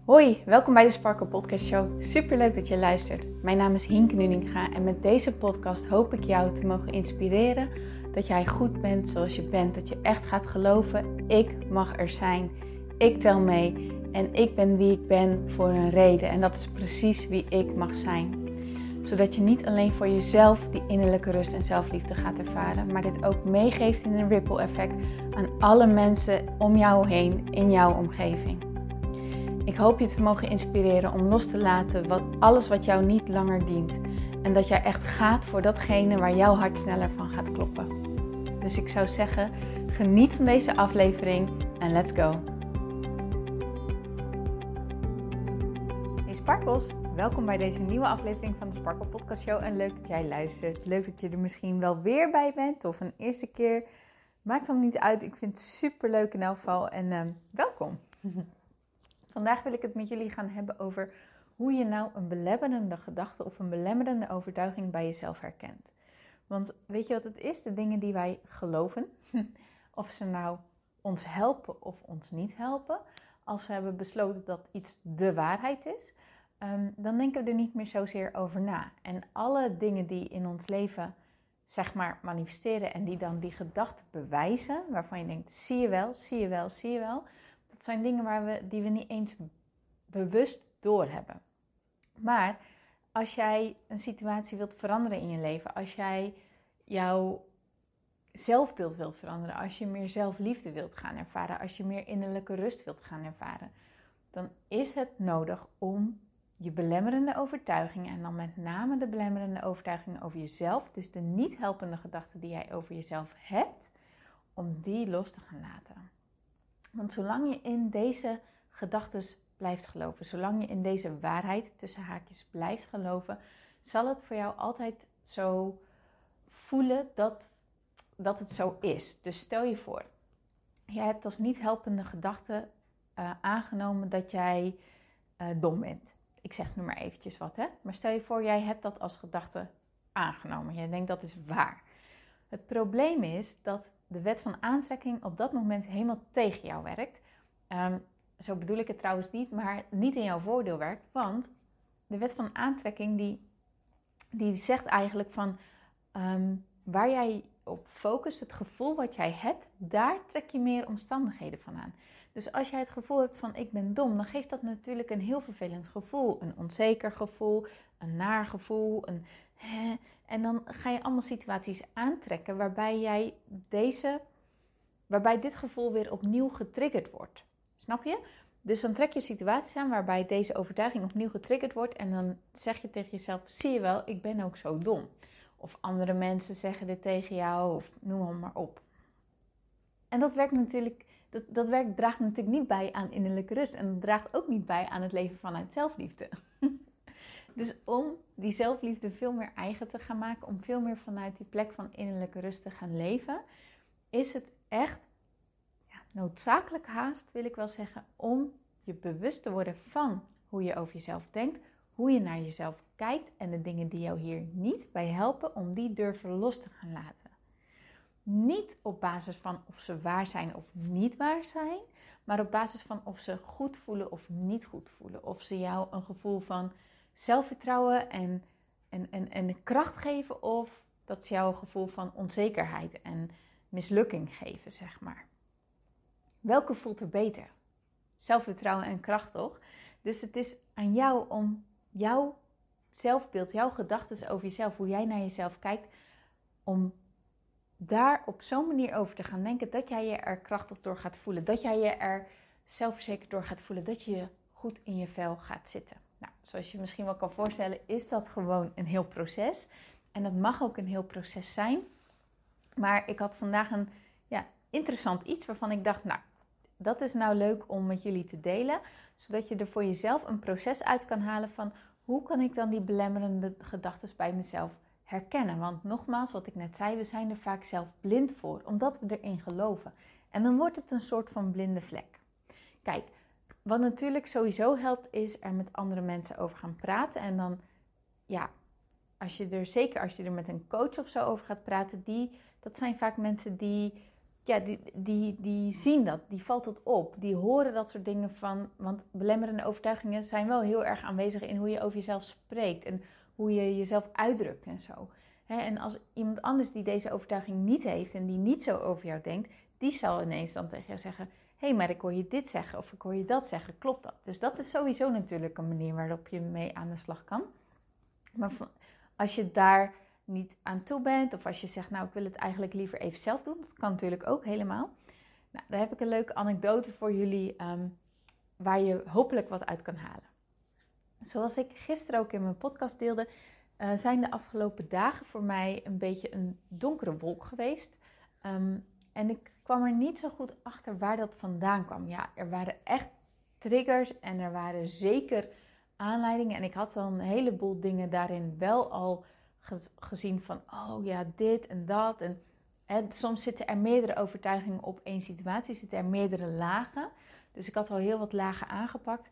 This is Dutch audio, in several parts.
Hoi, welkom bij de Sparkle Podcast Show. Superleuk dat je luistert. Mijn naam is Hienke Nuninga en met deze podcast hoop ik jou te mogen inspireren dat jij goed bent zoals je bent. Dat je echt gaat geloven, ik mag er zijn, ik tel mee en ik ben wie ik ben voor een reden. En dat is precies wie ik mag zijn. Zodat je niet alleen voor jezelf die innerlijke rust en zelfliefde gaat ervaren, maar dit ook meegeeft in een ripple effect aan alle mensen om jou heen in jouw omgeving. Ik hoop je te mogen inspireren om los te laten alles wat jou niet langer dient. En dat jij echt gaat voor datgene waar jouw hart sneller van gaat kloppen. Dus ik zou zeggen, geniet van deze aflevering en let's go. Hey Sparkles, welkom bij deze nieuwe aflevering van de Sparkle Podcast Show. En leuk dat jij luistert. Leuk dat je er misschien wel weer bij bent of een eerste keer. Maakt dan niet uit, ik vind het super leuk in elk geval en welkom. Vandaag wil ik het met jullie gaan hebben over hoe je nou een belemmerende gedachte of een belemmerende overtuiging bij jezelf herkent. Want weet je wat het is? De dingen die wij geloven, of ze nou ons helpen of ons niet helpen, als we hebben besloten dat iets de waarheid is, dan denken we er niet meer zozeer over na. En alle dingen die in ons leven zeg maar manifesteren en die dan die gedachte bewijzen, waarvan je denkt, zie je wel, zie je wel, zie je wel. Dat zijn dingen die we niet eens bewust doorhebben. Maar als jij een situatie wilt veranderen in je leven, als jij jouw zelfbeeld wilt veranderen, als je meer zelfliefde wilt gaan ervaren, als je meer innerlijke rust wilt gaan ervaren, dan is het nodig om je belemmerende overtuigingen, en dan met name de belemmerende overtuigingen over jezelf, dus de niet helpende gedachten die jij over jezelf hebt, om die los te gaan laten. Want zolang je in deze gedachten blijft geloven, zolang je in deze waarheid tussen haakjes blijft geloven, zal het voor jou altijd zo voelen dat het zo is. Dus stel je voor, jij hebt als niet helpende gedachte aangenomen dat jij dom bent. Ik zeg nu maar eventjes wat, hè. Maar stel je voor, jij hebt dat als gedachte aangenomen. Jij denkt dat is waar. Het probleem is dat de wet van aantrekking op dat moment helemaal tegen jou werkt. Zo bedoel ik het trouwens niet, maar niet in jouw voordeel werkt. Want de wet van aantrekking die zegt eigenlijk van waar jij op focust, het gevoel wat jij hebt, daar trek je meer omstandigheden van aan. Dus als jij het gevoel hebt van ik ben dom, dan geeft dat natuurlijk een heel vervelend gevoel. Een onzeker gevoel, een naar gevoel, en dan ga je allemaal situaties aantrekken waarbij dit gevoel weer opnieuw getriggerd wordt. Snap je? Dus dan trek je situaties aan waarbij deze overtuiging opnieuw getriggerd wordt en dan zeg je tegen jezelf, zie je wel, ik ben ook zo dom. Of andere mensen zeggen dit tegen jou of noem maar op. En dat werkt natuurlijk, draagt natuurlijk niet bij aan innerlijke rust en dat draagt ook niet bij aan het leven vanuit zelfliefde. Dus om die zelfliefde veel meer eigen te gaan maken, om veel meer vanuit die plek van innerlijke rust te gaan leven, is het echt noodzakelijk haast, wil ik wel zeggen, om je bewust te worden van hoe je over jezelf denkt, hoe je naar jezelf kijkt en de dingen die jou hier niet bij helpen, om die durven los te gaan laten. Niet op basis van of ze waar zijn of niet waar zijn, maar op basis van of ze goed voelen of niet goed voelen. Of ze jou een gevoel van zelfvertrouwen en kracht geven, of dat ze jou een gevoel van onzekerheid en mislukking geven, zeg maar. Welke voelt er beter? Zelfvertrouwen en kracht, toch? Dus het is aan jou om jouw zelfbeeld, jouw gedachten over jezelf, hoe jij naar jezelf kijkt, om daar op zo'n manier over te gaan denken dat jij je er krachtig door gaat voelen. Dat jij je er zelfverzekerd door gaat voelen. Dat je je goed in je vel gaat zitten. Nou, zoals je misschien wel kan voorstellen, is dat gewoon een heel proces. En dat mag ook een heel proces zijn. Maar ik had vandaag een interessant iets waarvan ik dacht, nou, dat is nou leuk om met jullie te delen. Zodat je er voor jezelf een proces uit kan halen van hoe kan ik dan die belemmerende gedachten bij mezelf herkennen. Want nogmaals, wat ik net zei, we zijn er vaak zelf blind voor, omdat we erin geloven. En dan wordt het een soort van blinde vlek. Kijk, wat natuurlijk sowieso helpt, is er met andere mensen over gaan praten. En dan, als je er met een coach of zo over gaat praten, dat zijn vaak mensen die ja, die zien dat, die valt het op. Die horen dat soort dingen van, want belemmerende overtuigingen zijn wel heel erg aanwezig in hoe je over jezelf spreekt en hoe je jezelf uitdrukt en zo. En als iemand anders die deze overtuiging niet heeft en die niet zo over jou denkt, die zal ineens dan tegen jou zeggen, hé, maar ik hoor je dit zeggen of ik hoor je dat zeggen, klopt dat? Dus dat is sowieso natuurlijk een manier waarop je mee aan de slag kan. Maar als je daar niet aan toe bent of als je zegt, nou ik wil het eigenlijk liever even zelf doen, dat kan natuurlijk ook helemaal. Nou, daar heb ik een leuke anekdote voor jullie waar je hopelijk wat uit kan halen. Zoals ik gisteren ook in mijn podcast deelde, zijn de afgelopen dagen voor mij een beetje een donkere wolk geweest. En ik kwam er niet zo goed achter waar dat vandaan kwam. Ja, er waren echt triggers en er waren zeker aanleidingen. En ik had dan een heleboel dingen daarin wel al gezien van, oh ja, dit en dat. En soms zitten er meerdere overtuigingen op één situatie, zitten er meerdere lagen. Dus ik had al heel wat lagen aangepakt.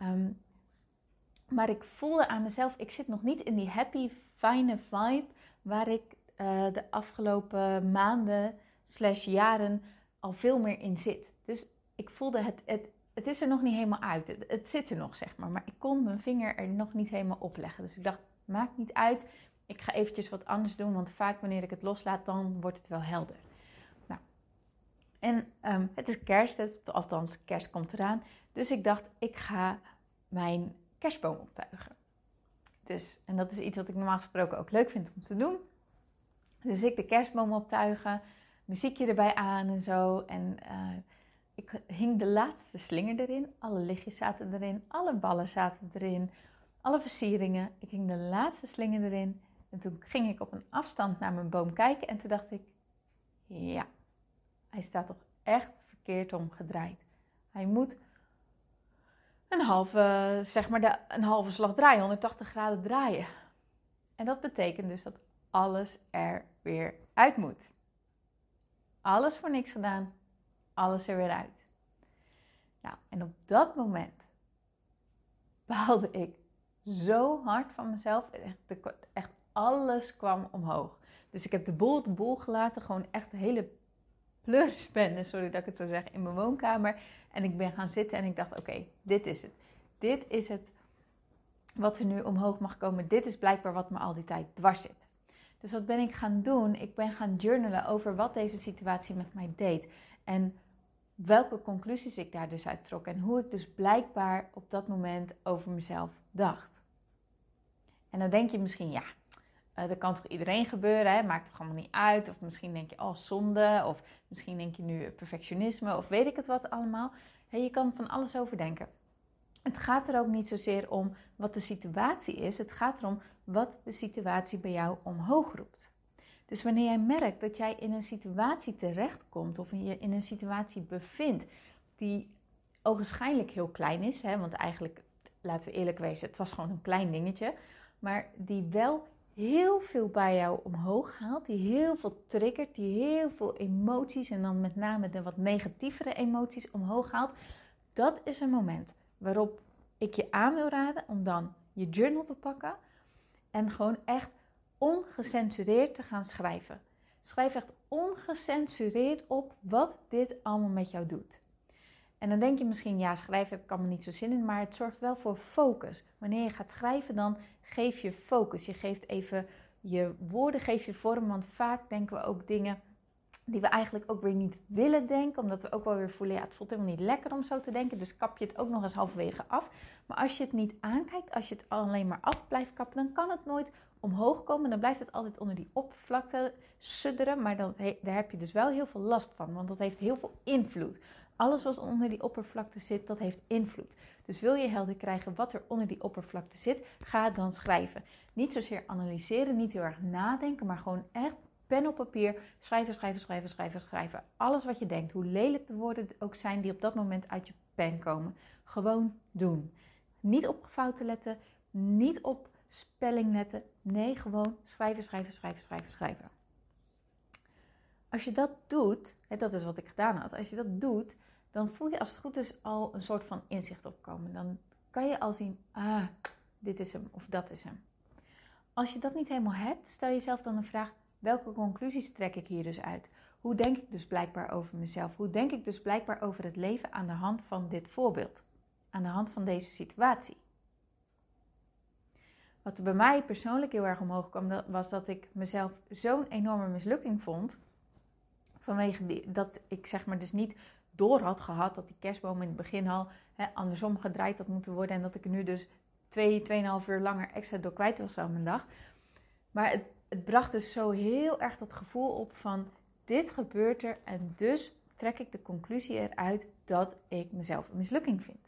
Maar ik voelde aan mezelf, ik zit nog niet in die happy, fijne vibe waar ik de afgelopen maanden / jaren al veel meer in zit. Dus ik voelde het is er nog niet helemaal uit. Het zit er nog, zeg maar ik kon mijn vinger er nog niet helemaal op leggen. Dus ik dacht, maakt niet uit, ik ga eventjes wat anders doen, want vaak wanneer ik het loslaat, dan wordt het wel helder. Nou, en het is kerst, althans kerst komt eraan. Dus ik dacht, ik ga mijn kerstboom optuigen. Dus, en dat is iets wat ik normaal gesproken ook leuk vind om te doen. Dus ik de kerstboom optuigen, muziekje erbij aan en zo. En ik hing de laatste slinger erin. Alle lichtjes zaten erin, alle ballen zaten erin, alle versieringen. Ik hing de laatste slinger erin. En toen ging ik op een afstand naar mijn boom kijken en toen dacht ik, ja, hij staat toch echt verkeerd omgedraaid. Hij moet een halve slag draaien, 180 graden draaien. En dat betekent dus dat alles er weer uit moet. Alles voor niks gedaan, alles er weer uit. Nou, en op dat moment baalde ik zo hard van mezelf. Echt alles kwam omhoog. Dus ik heb de boel op de boel gelaten, gewoon echt een hele pleurisbende, sorry dat ik het zo zeg, in mijn woonkamer. En ik ben gaan zitten en ik dacht, oké, dit is het. Dit is het wat er nu omhoog mag komen. Dit is blijkbaar wat me al die tijd dwars zit. Dus wat ben ik gaan doen? Ik ben gaan journalen over wat deze situatie met mij deed. En welke conclusies ik daar dus uit trok. En hoe ik dus blijkbaar op dat moment over mezelf dacht. En dan denk je misschien, ja, dat kan toch iedereen gebeuren, hè? Maakt toch allemaal niet uit. Of misschien denk je, oh, zonde. Of misschien denk je nu perfectionisme. Of weet ik het wat allemaal. Je kan van alles over denken. Het gaat er ook niet zozeer om wat de situatie is. Het gaat erom wat de situatie bij jou omhoog roept. Dus wanneer jij merkt dat jij in een situatie terechtkomt of je in een situatie bevindt die ogenschijnlijk heel klein is, hè, want eigenlijk, laten we eerlijk wezen, het was gewoon een klein dingetje, maar die wel heel veel bij jou omhoog haalt, die heel veel triggert, die heel veel emoties en dan met name de wat negatievere emoties omhoog haalt, dat is een moment waarop ik je aan wil raden om dan je journal te pakken en gewoon echt ongecensureerd te gaan schrijven. Schrijf echt ongecensureerd op wat dit allemaal met jou doet. En dan denk je misschien, ja, schrijven heb ik allemaal niet zo zin in, maar het zorgt wel voor focus. Wanneer je gaat schrijven, dan geef je focus. Je geeft even je woorden, geef je vorm, want vaak denken we ook dingen die we eigenlijk ook weer niet willen denken, omdat we ook wel weer voelen, ja, het voelt helemaal niet lekker om zo te denken, dus kap je het ook nog eens halverwege af. Maar als je het niet aankijkt, als je het alleen maar af blijft kappen, dan kan het nooit omhoog komen, dan blijft het altijd onder die oppervlakte sudderen, maar daar heb je dus wel heel veel last van, want dat heeft heel veel invloed. Alles wat onder die oppervlakte zit, dat heeft invloed. Dus wil je helder krijgen wat er onder die oppervlakte zit, ga dan schrijven. Niet zozeer analyseren, niet heel erg nadenken, maar gewoon echt pen op papier, schrijven. Alles wat je denkt, hoe lelijk de woorden ook zijn die op dat moment uit je pen komen. Gewoon doen. Niet op fouten letten, niet op spelling letten. Nee, gewoon schrijven. Als je dat doet, dat is wat ik gedaan had. Als je dat doet, dan voel je als het goed is al een soort van inzicht opkomen. Dan kan je al zien, dit is hem of dat is hem. Als je dat niet helemaal hebt, stel jezelf dan een vraag, welke conclusies trek ik hier dus uit? Hoe denk ik dus blijkbaar over mezelf? Hoe denk ik dus blijkbaar over het leven aan de hand van dit voorbeeld? Aan de hand van deze situatie? Wat er bij mij persoonlijk heel erg omhoog kwam, was dat ik mezelf zo'n enorme mislukking vond. Vanwege dat ik zeg maar dus niet door had gehad dat die kerstboom in het begin al andersom gedraaid had moeten worden. En dat ik er nu dus 2,5 uur langer extra door kwijt was aan mijn dag. Maar het bracht dus zo heel erg dat gevoel op van dit gebeurt er en dus trek ik de conclusie eruit dat ik mezelf een mislukking vind.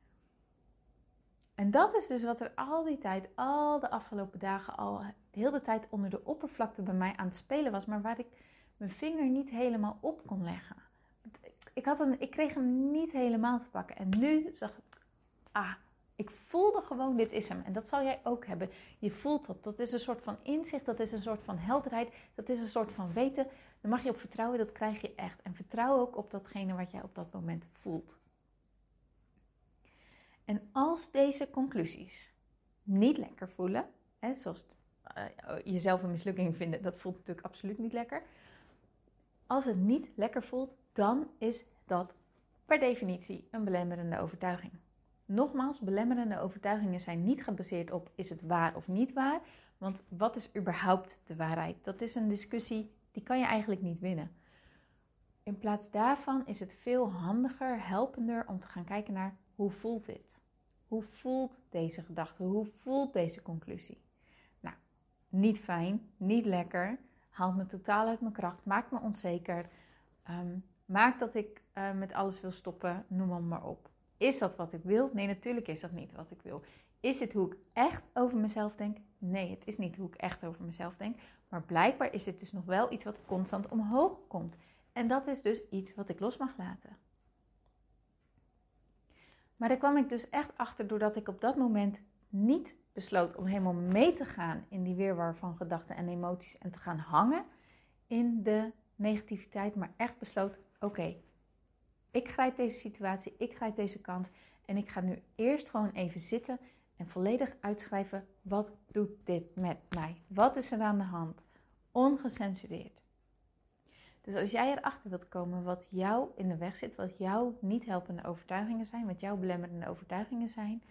En dat is dus wat er al die tijd, al de afgelopen dagen, al heel de tijd onder de oppervlakte bij mij aan het spelen was. Maar waar ik mijn vinger niet helemaal op kon leggen. Ik kreeg hem niet helemaal te pakken. En nu zag ik, ik voelde gewoon, dit is hem. En dat zal jij ook hebben. Je voelt dat. Dat is een soort van inzicht, dat is een soort van helderheid. Dat is een soort van weten. Daar mag je op vertrouwen, dat krijg je echt. En vertrouw ook op datgene wat jij op dat moment voelt. En als deze conclusies niet lekker voelen, zoals jezelf een mislukking vinden, dat voelt natuurlijk absoluut niet lekker. Als het niet lekker voelt, dan is dat per definitie een belemmerende overtuiging. Nogmaals, belemmerende overtuigingen zijn niet gebaseerd op is het waar of niet waar, want wat is überhaupt de waarheid? Dat is een discussie, die kan je eigenlijk niet winnen. In plaats daarvan is het veel handiger, helpender om te gaan kijken naar hoe voelt dit? Hoe voelt deze gedachte? Hoe voelt deze conclusie? Nou, niet fijn, niet lekker, haalt me totaal uit mijn kracht, maakt me onzeker, maakt dat ik met alles wil stoppen, noem maar op. Is dat wat ik wil? Nee, natuurlijk is dat niet wat ik wil. Is het hoe ik echt over mezelf denk? Nee, het is niet hoe ik echt over mezelf denk. Maar blijkbaar is het dus nog wel iets wat constant omhoog komt. En dat is dus iets wat ik los mag laten. Maar daar kwam ik dus echt achter doordat ik op dat moment niet besloot om helemaal mee te gaan in die wirwar van gedachten en emoties en te gaan hangen in de negativiteit, maar echt besloot, oké, ik grijp deze situatie, ik grijp deze kant en ik ga nu eerst gewoon even zitten en volledig uitschrijven, wat doet dit met mij? Wat is er aan de hand? Ongecensureerd. Dus als jij erachter wilt komen wat jou in de weg zit, wat jouw niet helpende overtuigingen zijn, wat jouw belemmerende overtuigingen zijn,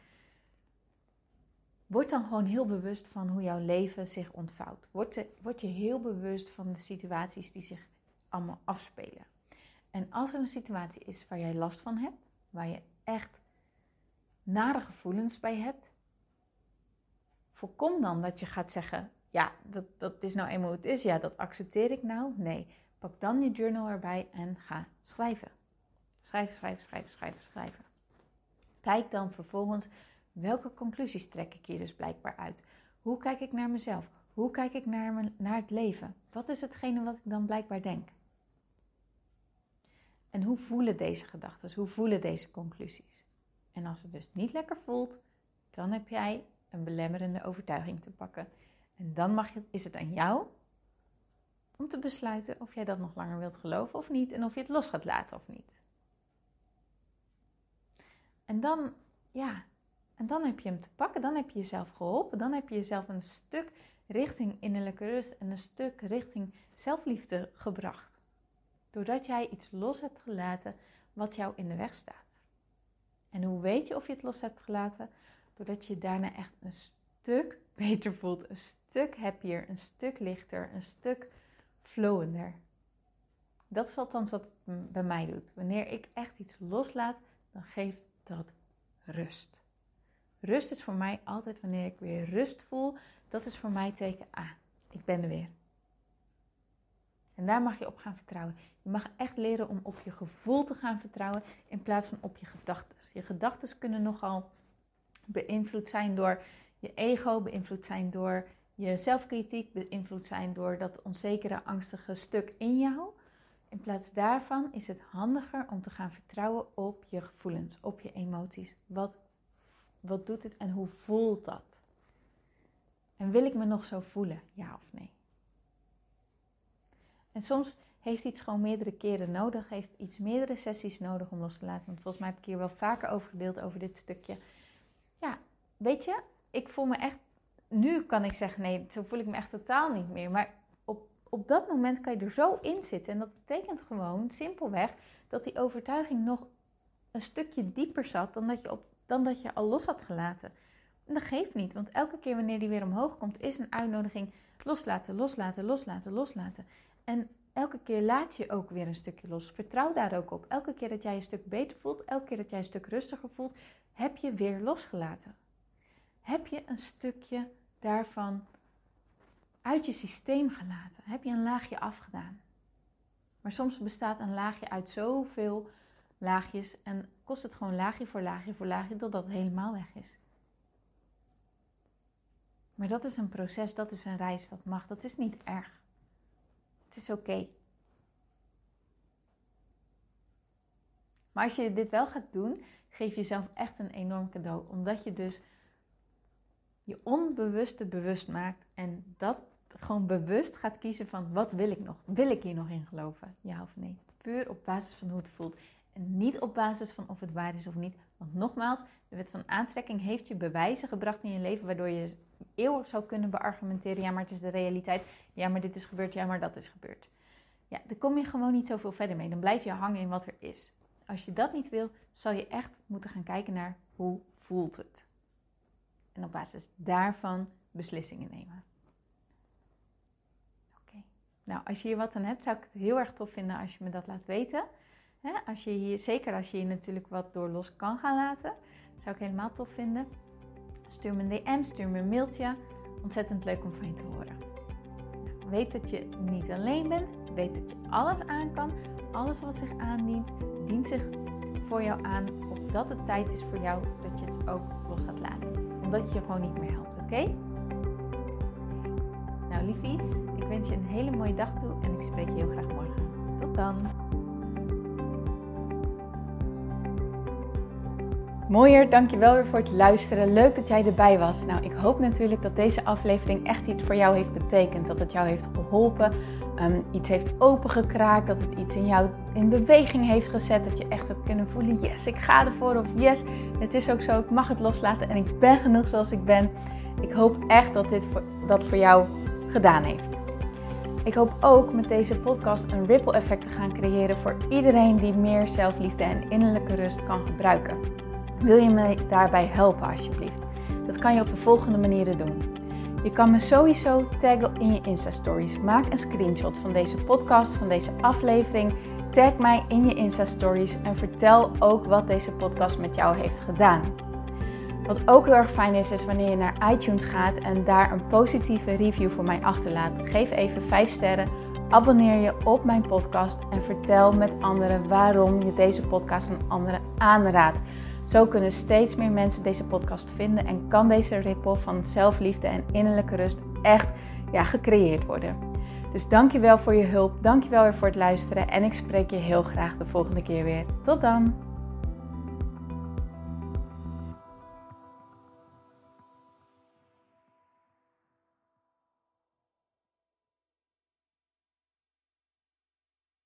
word dan gewoon heel bewust van hoe jouw leven zich ontvouwt. Word je heel bewust van de situaties die zich allemaal afspelen. En als er een situatie is waar jij last van hebt, waar je echt nare gevoelens bij hebt, voorkom dan dat je gaat zeggen, ja, dat is nou eenmaal hoe het is, ja, dat accepteer ik nou. Nee, pak dan je journal erbij en ga schrijven. Schrijven. Kijk dan vervolgens, welke conclusies trek ik hier dus blijkbaar uit? Hoe kijk ik naar mezelf? Hoe kijk ik naar het leven? Wat is hetgene wat ik dan blijkbaar denk? En hoe voelen deze gedachten? Hoe voelen deze conclusies? En als het dus niet lekker voelt, dan heb jij een belemmerende overtuiging te pakken. En dan is het aan jou om te besluiten of jij dat nog langer wilt geloven of niet. En of je het los gaat laten of niet. En dan heb je hem te pakken. Dan heb je jezelf geholpen. Dan heb je jezelf een stuk richting innerlijke rust en een stuk richting zelfliefde gebracht. Doordat jij iets los hebt gelaten wat jou in de weg staat. En hoe weet je of je het los hebt gelaten? Doordat je daarna echt een stuk beter voelt. Een stuk happier, een stuk lichter, een stuk flowender. Dat is althans wat het bij mij doet. Wanneer ik echt iets loslaat, dan geeft dat rust. Rust is voor mij altijd wanneer ik weer rust voel. Dat is voor mij teken, ik ben er weer. En daar mag je op gaan vertrouwen. Je mag echt leren om op je gevoel te gaan vertrouwen in plaats van op je gedachten. Je gedachten kunnen nogal beïnvloed zijn door je ego, beïnvloed zijn door je zelfkritiek, beïnvloed zijn door dat onzekere, angstige stuk in jou. In plaats daarvan is het handiger om te gaan vertrouwen op je gevoelens, op je emoties. Wat doet het en hoe voelt dat? En wil ik me nog zo voelen, ja of nee? En soms heeft iets gewoon meerdere keren nodig, heeft iets meerdere sessies nodig om los te laten. Want volgens mij heb ik hier wel vaker over gedeeld, over dit stukje. Ja, weet je, ik voel me echt, nu kan ik zeggen, nee, zo voel ik me echt totaal niet meer. Maar op dat moment kan je er zo in zitten. En dat betekent gewoon simpelweg dat die overtuiging nog een stukje dieper zat dan dat je al los had gelaten. En dat geeft niet, want elke keer wanneer die weer omhoog komt, is een uitnodiging loslaten, loslaten, loslaten, loslaten. En elke keer laat je ook weer een stukje los. Vertrouw daar ook op. Elke keer dat jij een stuk beter voelt, elke keer dat jij een stuk rustiger voelt, heb je weer losgelaten. Heb je een stukje daarvan uit je systeem gelaten. Heb je een laagje afgedaan. Maar soms bestaat een laagje uit zoveel laagjes en kost het gewoon laagje voor laagje voor laagje totdat het helemaal weg is. Maar dat is een proces, dat is een reis, dat mag, dat is niet erg. Het is oké. Maar als je dit wel gaat doen, geef jezelf echt een enorm cadeau. Omdat je dus je onbewuste bewust maakt en dat gewoon bewust gaat kiezen van wat wil ik nog? Wil ik hier nog in geloven? Ja of nee? Puur op basis van hoe het voelt. En niet op basis van of het waar is of niet. Want nogmaals, de wet van aantrekking heeft je bewijzen gebracht in je leven waardoor je eeuwig zou kunnen beargumenteren. Ja, maar het is de realiteit. Ja, maar dit is gebeurd. Ja, maar dat is gebeurd. Ja, daar kom je gewoon niet zoveel verder mee. Dan blijf je hangen in wat er is. Als je dat niet wil, zal je echt moeten gaan kijken naar hoe voelt het. En op basis daarvan beslissingen nemen. Oké. Nou, als je hier wat aan hebt, zou ik het heel erg tof vinden als je me dat laat weten. Zeker als je hier natuurlijk wat door los kan gaan laten. Dat zou ik helemaal tof vinden. Stuur me een DM, stuur me een mailtje. Ontzettend leuk om van je te horen. Nou, weet dat je niet alleen bent. Weet dat je alles aan kan. Alles wat zich aandient, dient zich voor jou aan. Opdat het tijd is voor jou dat je het ook los gaat laten. Omdat het je gewoon niet meer helpt, oké? Nou liefie, ik wens je een hele mooie dag toe en ik spreek je heel graag morgen. Tot dan! Mooier, dankjewel weer voor het luisteren. Leuk dat jij erbij was. Nou, ik hoop natuurlijk dat deze aflevering echt iets voor jou heeft betekend. Dat het jou heeft geholpen, iets heeft opengekraakt, dat het iets in jou in beweging heeft gezet. Dat je echt hebt kunnen voelen, yes, ik ga ervoor. Of yes, het is ook zo, ik mag het loslaten en ik ben genoeg zoals ik ben. Ik hoop echt dat dit dat voor jou gedaan heeft. Ik hoop ook met deze podcast een ripple effect te gaan creëren voor iedereen die meer zelfliefde en innerlijke rust kan gebruiken. Wil je me daarbij helpen alsjeblieft? Dat kan je op de volgende manieren doen. Je kan me sowieso taggen in je Insta-stories. Maak een screenshot van deze podcast, van deze aflevering. Tag mij in je Insta-stories en vertel ook wat deze podcast met jou heeft gedaan. Wat ook heel erg fijn is wanneer je naar iTunes gaat en daar een positieve review voor mij achterlaat. Geef even 5 sterren, abonneer je op mijn podcast en vertel met anderen waarom je deze podcast aan anderen aanraadt. Zo kunnen steeds meer mensen deze podcast vinden en kan deze ripple van zelfliefde en innerlijke rust echt gecreëerd worden. Dus dankjewel voor je hulp, dankjewel weer voor het luisteren en ik spreek je heel graag de volgende keer weer. Tot dan!